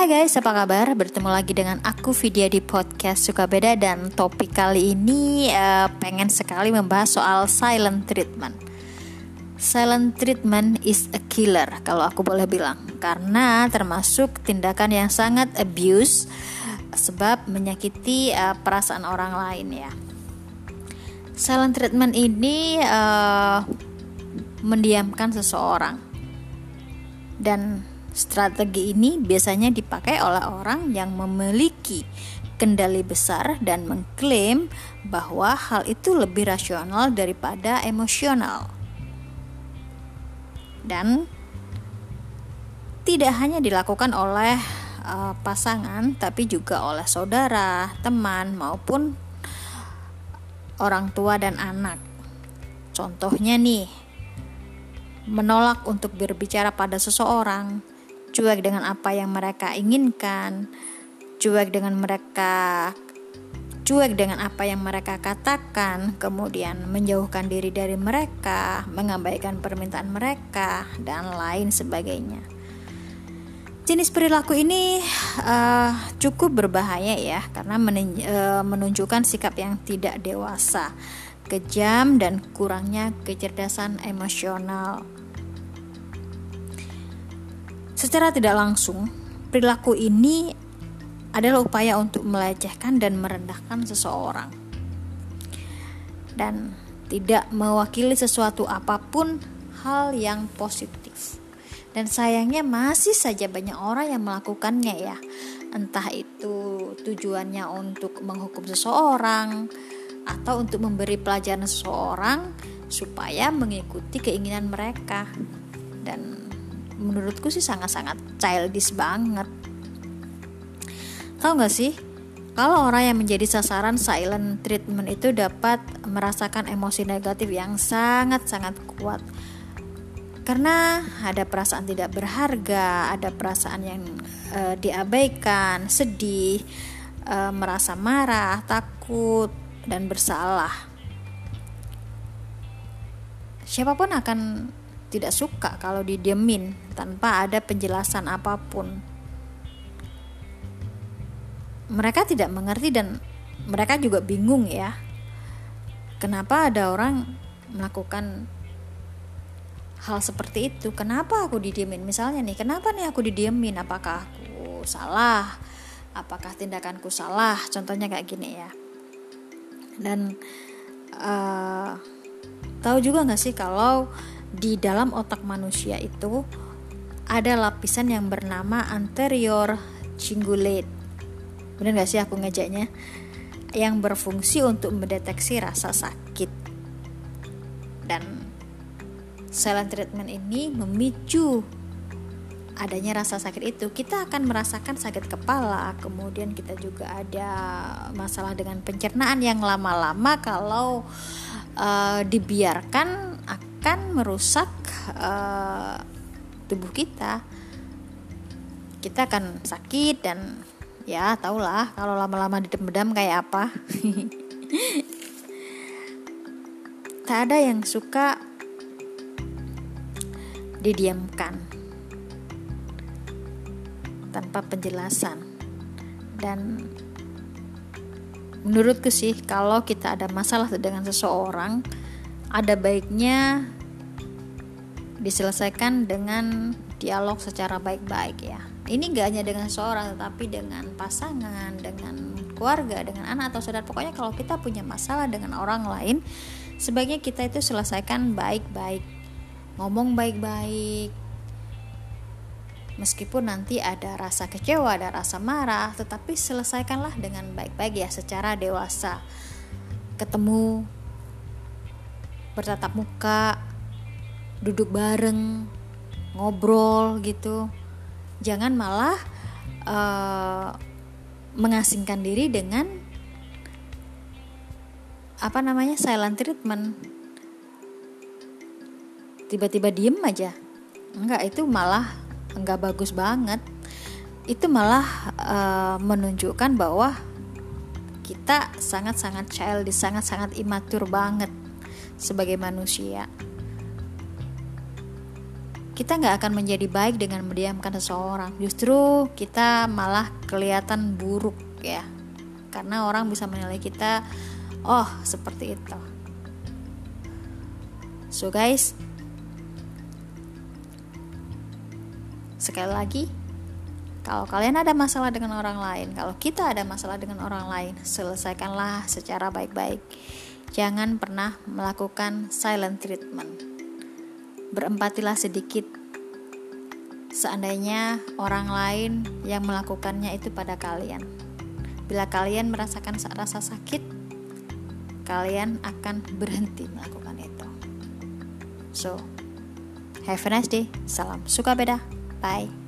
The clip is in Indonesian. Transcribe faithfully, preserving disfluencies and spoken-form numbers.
Hai guys, apa kabar? Bertemu lagi dengan aku Vidya di podcast Suka Beda. Dan topik kali ini uh, pengen sekali membahas soal silent treatment. Silent treatment is a killer, kalau aku boleh bilang, karena termasuk tindakan yang sangat abuse, sebab menyakiti uh, perasaan orang lain ya. Silent treatment ini uh, mendiamkan seseorang, dan strategi ini biasanya dipakai oleh orang yang memiliki kendali besar dan mengklaim bahwa hal itu lebih rasional daripada emosional. Dan tidak hanya dilakukan oleh uh, pasangan, tapi juga oleh saudara, teman, maupun orang tua dan anak. Contohnya nih, menolak untuk berbicara pada seseorang, cuek dengan apa yang mereka inginkan, cuek dengan mereka, cuek dengan apa yang mereka katakan, kemudian menjauhkan diri dari mereka, mengabaikan permintaan mereka, dan lain sebagainya. Jenis perilaku ini uh, cukup berbahaya ya, karena men- uh, menunjukkan sikap yang tidak dewasa, kejam, dan kurangnya kecerdasan emosional. Secara tidak langsung, perilaku ini adalah upaya untuk melecehkan dan merendahkan seseorang, dan tidak mewakili sesuatu apapun hal yang positif. Dan sayangnya masih saja banyak orang yang melakukannya ya. Entah itu tujuannya untuk menghukum seseorang, atau untuk memberi pelajaran seseorang supaya mengikuti keinginan mereka. Dan menurutku sih sangat-sangat childish banget. Tahu gak sih, kalau orang yang menjadi sasaran silent treatment itu dapat merasakan emosi negatif yang sangat-sangat kuat. Karena ada perasaan tidak berharga, ada perasaan yang e, diabaikan, sedih, e, merasa marah, takut, dan bersalah. Siapapun akan tidak suka kalau didiemin tanpa ada penjelasan apapun. Mereka tidak mengerti dan mereka juga bingung ya. Kenapa ada orang melakukan hal seperti itu? Kenapa aku didiemin? Misalnya nih, kenapa nih aku didiemin? Apakah aku salah? Apakah tindakanku salah? Contohnya kayak gini ya. Dan uh, tahu juga nggak sih kalau di dalam otak manusia itu ada lapisan yang bernama anterior cingulate. Benar nggak sih aku ngejeknya? Yang berfungsi untuk mendeteksi rasa sakit. Dan silent treatment ini memicu adanya rasa sakit itu. Kita akan merasakan sakit kepala, kemudian kita juga ada masalah dengan pencernaan yang lama-lama kalau uh, dibiarkan akan merusak uh, tubuh kita. Kita akan sakit dan ya tahulah kalau lama-lama didem-dem kayak apa. Tak ada yang suka didiamkan tanpa penjelasan. Dan menurutku sih, kalau kita ada masalah dengan seseorang, ada baiknya diselesaikan dengan dialog secara baik-baik ya. Ini gak hanya dengan seseorang, tetapi dengan pasangan, dengan keluarga, dengan anak atau saudara. Pokoknya kalau kita punya masalah dengan orang lain, sebaiknya kita itu selesaikan baik-baik, ngomong baik-baik. Meskipun nanti ada rasa kecewa, ada rasa marah, tetapi selesaikanlah dengan baik-baik ya, secara dewasa. Ketemu, bertatap muka, duduk bareng, ngobrol gitu. Jangan malah uh, mengasingkan diri dengan apa namanya silent treatment. Tiba-tiba diem aja. Enggak, itu malah enggak bagus banget. Itu malah uh, menunjukkan bahwa kita sangat-sangat childish, sangat-sangat imatur banget sebagai manusia. kita nggak akan menjadi baik dengan mendiamkan seseorang. Justru kita malah kelihatan buruk ya, karena orang bisa menilai kita, oh seperti itu. So guys, sekali lagi, kalau kalian ada masalah dengan orang lain, kalau kita ada masalah dengan orang lain, selesaikanlah secara baik-baik. Jangan pernah melakukan silent treatment. Berempatilah sedikit seandainya orang lain yang melakukannya itu pada kalian. Bila kalian merasakan rasa sakit, kalian akan berhenti melakukan itu. So, have a nice day. Salam suka beda. Bye.